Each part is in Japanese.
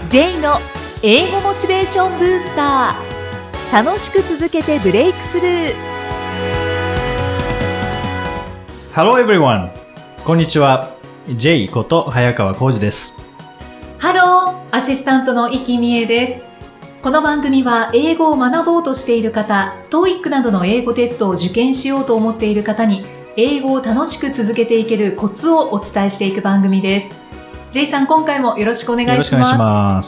J の英語モチベーションブースター。楽しく続けてブレイクスルー。 Hello everyone! こんにちは。J こと早川浩二です。 ハロー、アシスタントの生きみえです。この番組は英語を学ぼうとしている方、TOEIC などの英語テストを受験しようと思っている方に、英語を楽しく続けていけるコツをお伝えしていく番組です。J さん、今回もよろしくお願いします。 よろしくお願いします。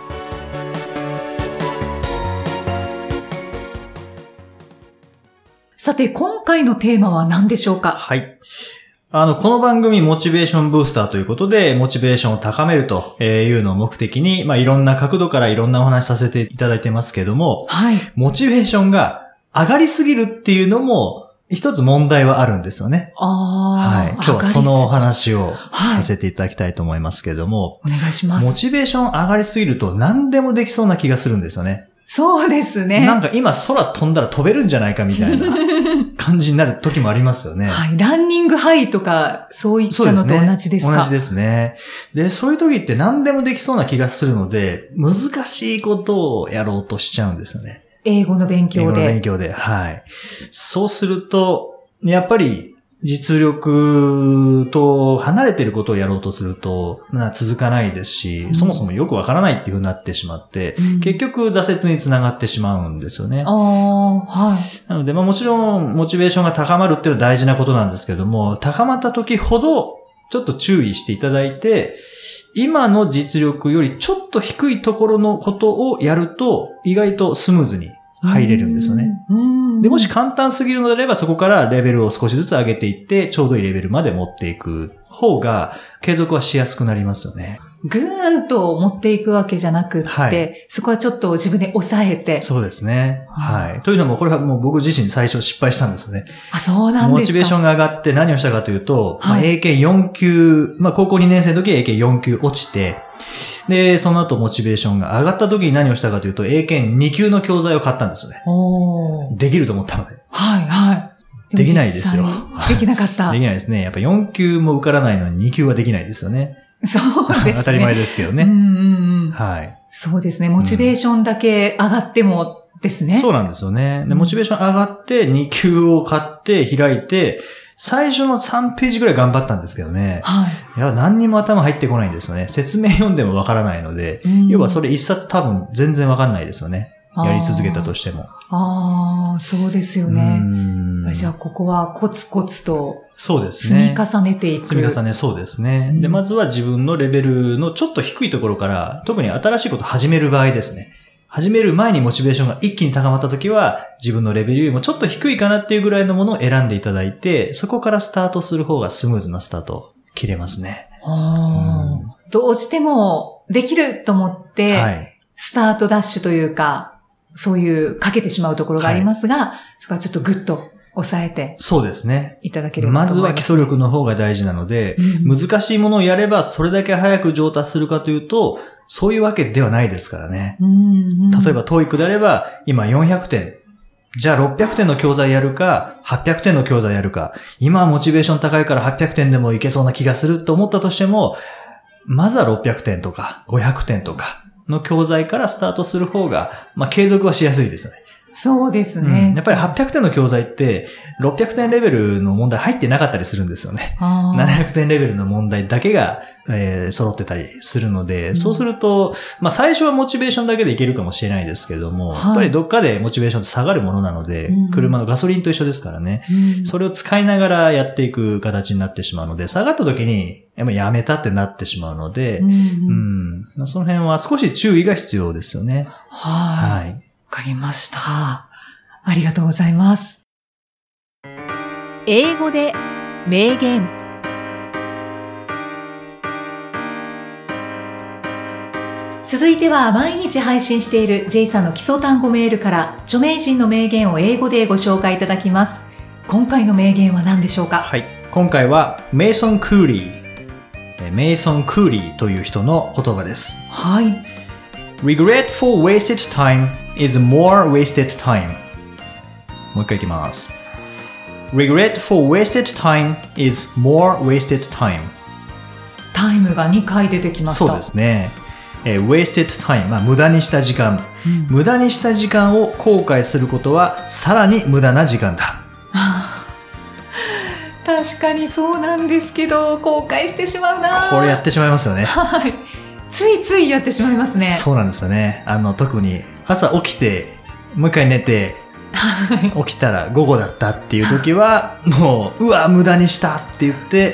さて、今回のテーマは何でしょうか？ はい。この番組モチベーションブースターということで、モチベーションを高めるというのを目的に、いろんな角度からいろんなお話させていただいてますけども、 はい。 モチベーションが上がりすぎるっていうのも一つ問題はあるんですよね。はい。今日はそのお話をさせていただきたいと思いますけども、 お願いします。 モチベーション上がりすぎると何でもできそうな気がするんですよね。 そうですね。 なんか今空飛んだら飛べるんじゃないかみたいな感じになる時もありますよね。 はい。ランニングハイとか、そういったのと同じですか？ 同じですね。で、そういう時って何でもできそうな気がするので、難しいことをやろうとしちゃうんですよね。 英語の勉強で。 英語の勉強で。はい。そうすると、やっぱり実力と離れていることをやろうとすると、続かないですし、そもそもよくわからないっていう風になってしまって、結局挫折につながってしまうんですよね。 はい。 なので、もちろんモチベーションが高まるっていうのは大事なことなんですけども、高まった時ほどちょっと注意していただいて、今の実力よりちょっと低いところのことをやると、意外とスムーズに入れるんですよね。で、もし簡単すぎるのであれば、そこからレベルを少しずつ上げていって、ちょうどいいレベルまで持っていく方が、継続はしやすくなりますよね。 ぐーんと持っていくわけじゃなくって、はい、そこはちょっと自分で抑えて。 そうですね。はい。というのも、これはもう僕自身最初失敗したんですよね。 あ、そうなんですか。 モチベーションが上がって何をしたかというと、英検4級、高校2年生の時は英検4級落ちて、で、その後モチベーションが上がった時に何をしたかというと、英検2級の教材を買ったんですよね。できると思ったので。 はいはい。 できないですよ。 できなかった。 できないですね。やっぱ4級も受からないのに2級はできないですよね。 そうですね。 当たり前ですけどね。はい。 そうですね。モチベーションだけ上がってもですね。 そうなんですよね。で、モチベーション上がって2級を買って開いて、最初の3ページぐらい頑張ったんですけどね。はい。いや、何にも頭入ってこないんですよね。説明読んでもわからないので、要はそれ一冊多分全然わかんないですよね。やり続けたとしても。 そうですよね。じゃあ、ここはコツコツとそうですね。 積み重ねていく。 積み重ね、そうですね。で、まずは自分のレベルのちょっと低いところから、特に新しいことを始める場合ですね。始める前にモチベーションが一気に高まったときは、自分のレベルよりもちょっと低いかなっていうぐらいのものを選んでいただいて、そこからスタートする方がスムーズなスタートを切れますね。 どうしてもできると思って、スタートダッシュというか、そういうかけてしまうところがありますが、そこはちょっとグッと抑えて。 そうですね。 いただければと思います。 まずは基礎力の方が大事なので、難しいものをやればそれだけ早く上達するかというと、そういうわけではないですからね。例えば TOEIC であれば、今400点。じゃあ600点の教材やるか、800点の教材やるか。今はモチベーション高いから800点でもいけそうな気がすると思ったとしても、まずは600点とか500点とかの教材からスタートする方が、継続はしやすいですよね。 そうですね。 やっぱり800点の教材って600点レベルの問題入ってなかったりするんですよね。700点レベルの問題だけが、揃ってたりするので、そうすると、最初はモチベーションだけでいけるかもしれないですけども、やっぱりどっかでモチベーションって下がるものなので、車のガソリンと一緒ですからね、それを使いながらやっていく形になってしまうので、下がった時にやめたってなってしまうので、その辺は少し注意が必要ですよね。 はい。わかりました。ありがとうございます。 英語で名言。 続いては毎日配信している J さんの基礎単語メールから著名人の名言を英語でご紹介いただきます。今回の名言は何でしょうか？ はい。今回はメイソン・クーリー。メイソン・クーリーという人の言葉です。 はい。 Regretful wasted time is more wasted time. もう一回いきます。Regretful wasted time is more wasted time. タイムが2回出てきました。 そうですね。 wasted time、無駄にした時間、無駄にした時間を後悔することはさらに無駄な時間だ。 確かにそうなんですけど、後悔してしまうな。 これやってしまいますよね。 はい。ついついやってしまいますね。 そうなんですよね。特に朝起きて、もう一回寝て、起きたら午後だったっていう時は、もう、うわ、無駄にしたって言って、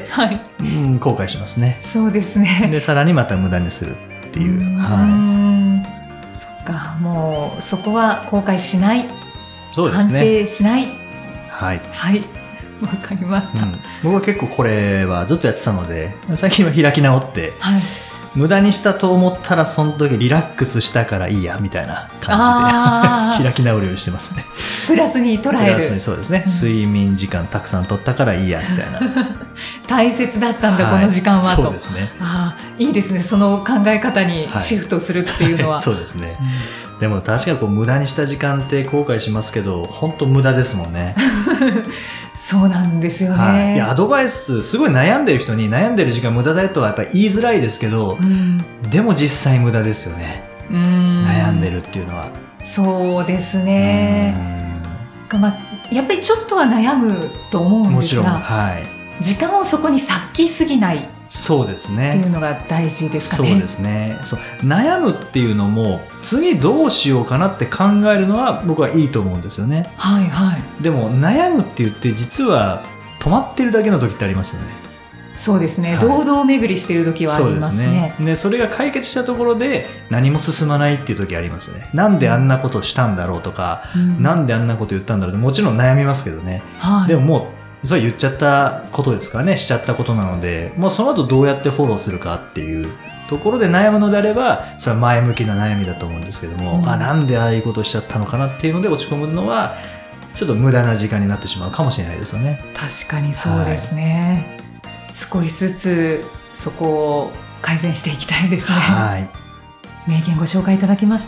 後悔しますね。 そうですね。 で、さらにまた無駄にするっていう。 そっか、もう、そこは後悔しない。 そうですね。 反省しない。 はい。 はい。わかりました、 僕は結構これはずっとやってたので、最近は開き直って、無駄にしたと思ったらその時リラックスしたからいいやみたいな感じで開き直るようにしてますね。 プラスに捉える。 プラスに、そうですね、睡眠時間たくさん取ったからいいやみたいな。 大切だったんだ、この時間はと。 そうですね。 いいですね、その考え方にシフトするっていうのは。 そうですね。でも確かに無駄にした時間って後悔しますけど、本当無駄ですもんね。 そうなんですよね。 いや、アドバイス、すごい悩んでる人に悩んでる時間無駄だよとはやっぱり言いづらいですけど、でも実際無駄ですよね。悩んでるっていうのは。 そうですね。やっぱりちょっとは悩むと思うんですが、もちろん、時間をそこに割きすぎない。 そうですね。 っていうのが大事ですかね。 そうですね。悩むっていうのも次どうしようかなって考えるのは僕はいいと思うんですよね。でも悩むって言って実は止まってるだけの時ってありますよね。 そうですね。堂々巡りしてる時はありますね。そうですね。 で、それが解決したところで何も進まないっていう時ありますよね。なんであんなことしたんだろうとか、なんであんなこと言ったんだろうってもちろん悩みますけどね。でももうそれは言っちゃったことですからね、しちゃったことなので、もうその後どうやってフォローするかっていうところで悩むのであれば、それは前向きな悩みだと思うんですけども、なんでああいうことしちゃったのかなっていうので落ち込むのは、ちょっと無駄な時間になってしまうかもしれないですよね。 確かにそうですね。少しずつそこを改善していきたいですね。名言ご紹介いただきました。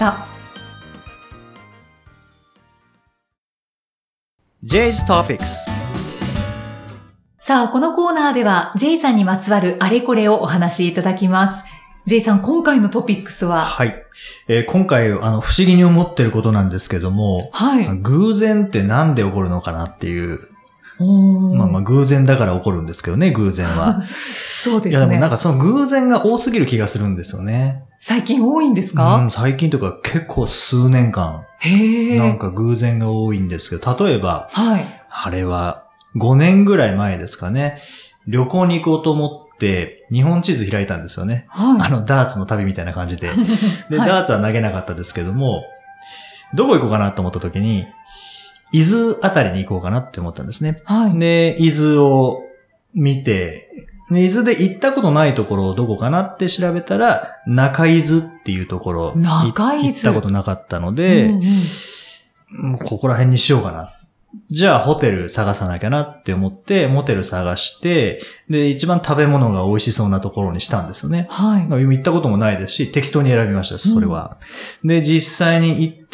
J's Topics。 さあ、このコーナーでは J さんにまつわるあれこれをお話しいただきます。J さん、今回のトピックスは？ 今回不思議に思ってることなんですけども、偶然ってなんで起こるのかなっていう。偶然だから起こるんですけどね、偶然は。 そうですね。 いや、でもなんかその偶然が多すぎる気がするんですよね。 最近多いんですか？ 最近とか結構数年間。なんか偶然が多いんですけど、例えば、あれは5年ぐらい前ですかね。旅行に行こうと思って日本地図開いたんですよね。ダーツの旅みたいな感じで。で、ダーツは投げなかったですけども、どこ行こうかなと思った時に、伊豆あたりに行こうかなって思ったんですね。で、伊豆を見て、伊豆で行ったことないところをどこかなって調べたら、中伊豆っていうところ、行ったことなかったので、ここら辺にしようかな。じゃあホテル探さなきゃなって思って、モテル探して、で、一番食べ物が美味しそうなところにしたんですよね。行ったこともないですし、適当に選びました、それは。で、実際に行って、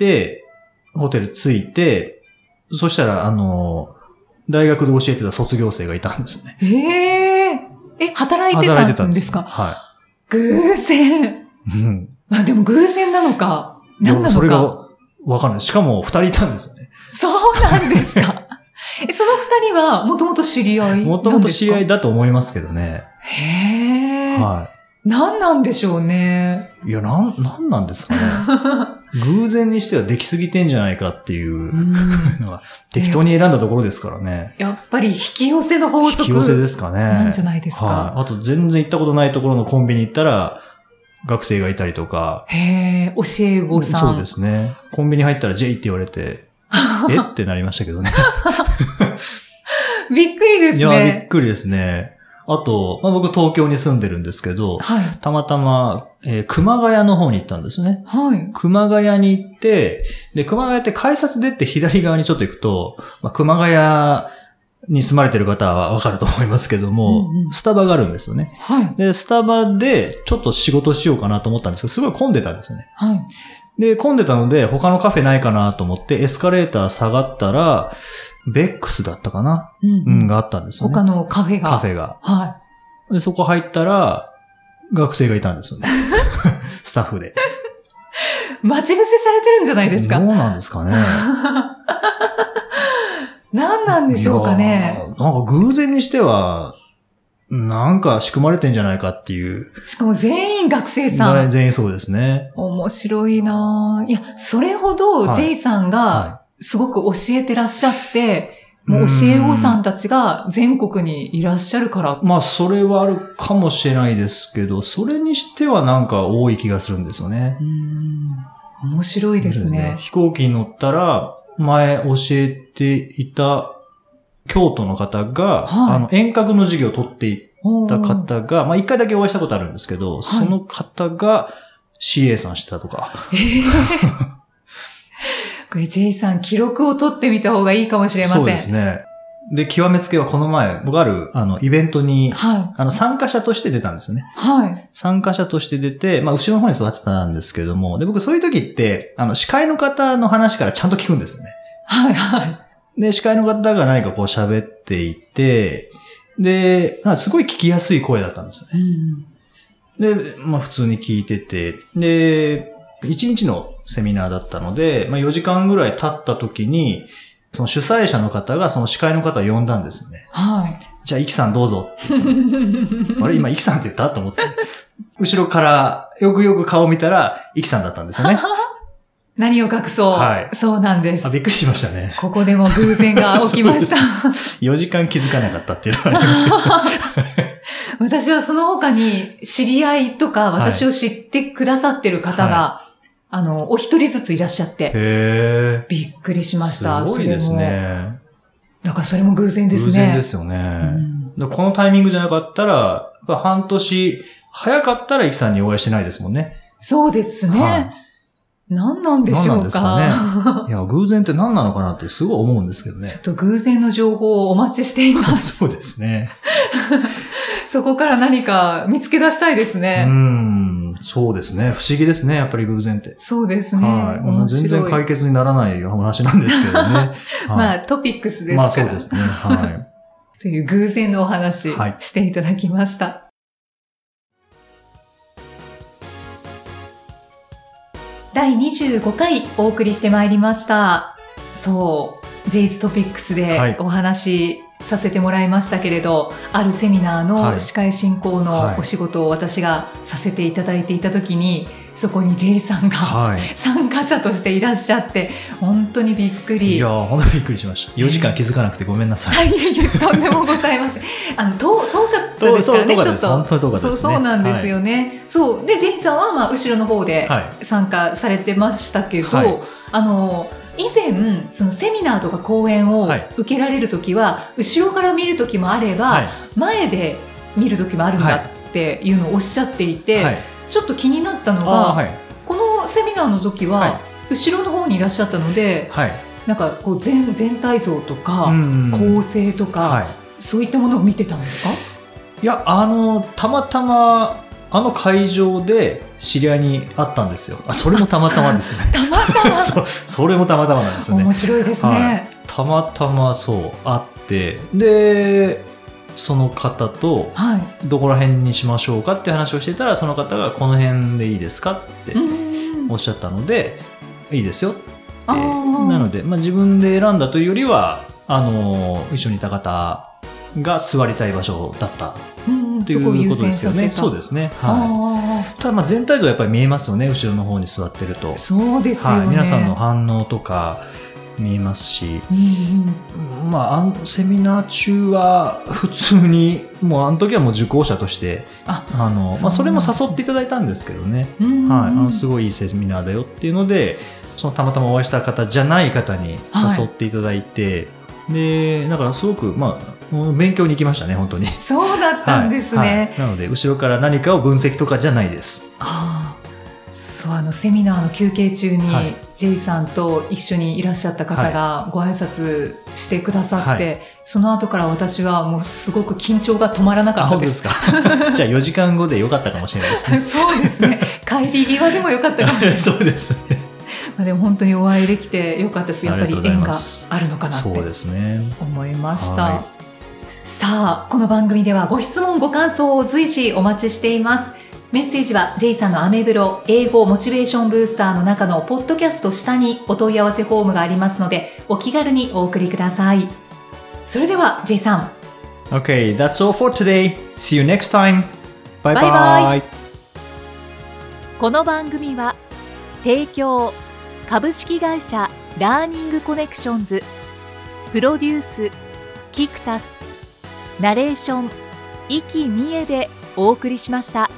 ホテル着いて、そしたら、大学で教えてた卒業生がいたんですね。 働いてたんですか？偶然。でも偶然なのか、何なのか。 それがわかんない。しかも2人いたんですよね。 そうなんですか。その2人はもともと知り合いなんですか？ もともと知り合いだと思いますけどね。 何なんでしょうね。 いや、何なんですかね。偶然にしてはできすぎてんじゃないかっていうのは、適当に選んだところですからね。 やっぱり引き寄せの法則。 引き寄せですかね。 なんじゃないですか。 あと全然行ったことないところのコンビニ行ったら、学生がいたりとか。 教え子さん。 そうですね。コンビニ入ったら J って言われて、ってなりましたけどね。 びっくりですね。 いや、びっくりですね。あと、僕東京に住んでるんですけど、たまたま、熊谷の方に行ったんですね。熊谷に行って、で、熊谷って改札出て左側にちょっと行くと、熊谷に住まれてる方はわかると思いますけども、スタバがあるんですよね。で、スタバでちょっと仕事しようかなと思ったんですけど、すごい混んでたんですよね。で、混んでたので、他のカフェないかなと思って、エスカレーター下がったら、ベックスだったかな、があったんですよね。 他のカフェが。 で、そこ入ったら、 学生がいたんですよね。スタッフで。 待ち伏せされてるんじゃないですか？ どうなんですかね。 何なんでしょうかね。 なんか偶然にしては、なんか仕組まれてんじゃないかっていう。 しかも全員学生さん。 全員そうですね。 面白いなぁ。いや、それほど J さんがすごく教えてらっしゃって、もう教え子さんたちが全国にいらっしゃるから。 まあ、それはあるかもしれないですけど、それにしてはなんか多い気がするんですよね。 面白いですね。 飛行機に乗ったら、前教えていた京都の方が、遠隔の授業を取っていた方が、まあ一回だけお会いしたことあるんですけど、その方が CA さんしてたとか。 これ J さん記録を取ってみた方がいいかもしれません。 そうですね。で、極めつけはこの前、僕ある、イベントに、参加者として出たんですよね。参加者として出て、まあ、後ろの方に座ってたんですけども、で、僕そういう時って、司会の方の話からちゃんと聞くんですよね。で、司会の方が何かこう喋っていて、で、すごい聞きやすい声だったんですね。で、まあ、普通に聞いてて、で、1日のセミナーだったので、まあ、4時間ぐらい経った時に、その主催者の方がその司会の方を呼んだんですよね。じゃあ、イキさんどうぞって言ってあれ今イキさんって言ったと思って。後ろからよくよく顔見たら、イキさんだったんですよね。 何を隠そう。そうなんです。 びっくりしましたね。 ここでも偶然が起きました。 4時間気づかなかったっていうのがありますけど、 私はその他に知り合いとか私を知ってくださってる方が、お一人ずついらっしゃって、びっくりしました。 すごいですね。 だからそれも偶然ですね。 偶然ですよね。このタイミングじゃなかったら、半年早かったらイキさんにお会いしてないですもんね。 そうですね。何なんでしょうか。 何なんですかね。いや、偶然って何なのかなってすごい思うんですけどね。 ちょっと偶然の情報をお待ちしています。 そうですね。 そこから何か見つけ出したいですね。 そうですね。不思議ですね。やっぱり偶然って。 そうですね。 全然解決にならない話なんですけどね。 まあ、トピックスですから。まあそうですね。 という偶然のお話していただきました。第25回お送りしてまいりました。そう、J's トピックスでお話させてもらいましたけれど、あるセミナーの司会進行のお仕事を私がさせていただいていたときに、そこに J さんが参加者としていらっしゃって、本当にびっくり。 いや、本当にびっくりしました。4時間気づかなくてごめんなさい。 とんでもございません。遠かったですからね、ちょっと。 本当に遠かったですね。 そうなんですよね。そう。で、J さんはまあ後ろの方で参加されてましたけど、以前、そのセミナーとか講演を受けられるときは、後ろから見るときもあれば、前で見るときもあるんだっていうのをおっしゃっていて、ちょっと気になったのが、このセミナーの時は、後ろの方にいらっしゃったので、なんかこう全体像とか、構成とか、そういったものを見てたんですか？ いや、たまたま、会場で知り合いに会ったんですよ。それもたまたまですね。 たまたまそれもたまたまなんですよね。 面白いですね。 たまたま会って、で、その方と、どこら辺にしましょうかっていう話をしてたら、その方がこの辺でいいですかっておっしゃったので、いいですよって。なので、自分で選んだというよりは、一緒にいた方が座りたい場所だったっていうことですよね。そうですね。ただ全体像やっぱり見えますよね。後ろの方に座ってると。 そうですよね。 皆さんの反応とか見えますし、セミナー中は普通にもうあの時はもう受講者としてそれも誘っていただいたんですけどね。すごいいいセミナーだよっていうので、そのたまたまお会いした方じゃない方に誘っていただいて、でだからすごく勉強に行きましたね、本当に。 そうだったんですね。 なので後ろから何かを分析とかじゃないです。 そう、セミナーの休憩中に J さんと一緒にいらっしゃった方がご挨拶してくださって、その後から私はもうすごく緊張が止まらなかったです。 本当ですか？じゃあ4時間後でよかったかもしれないですね。 そうですね。帰り際でもよかったかもしれない。 そうですね。 でも本当にお会いできてよかったです。やっぱり縁があるのかなって思いました。さあ、この番組ではご質問ご感想を随時お待ちしています。 メッセージは J さんのアメブロ英語モチベーションブースターの中のポッドキャスト下にお問い合わせフォームがありますので、お気軽にお送りください。それでは J さん。 Okay, that's all for today. See you next time. Bye Bye bye. この番組は提供株式会社ラーニングコネクションズ、プロデュースキクタス、ナレーション生きみえでお送りしました。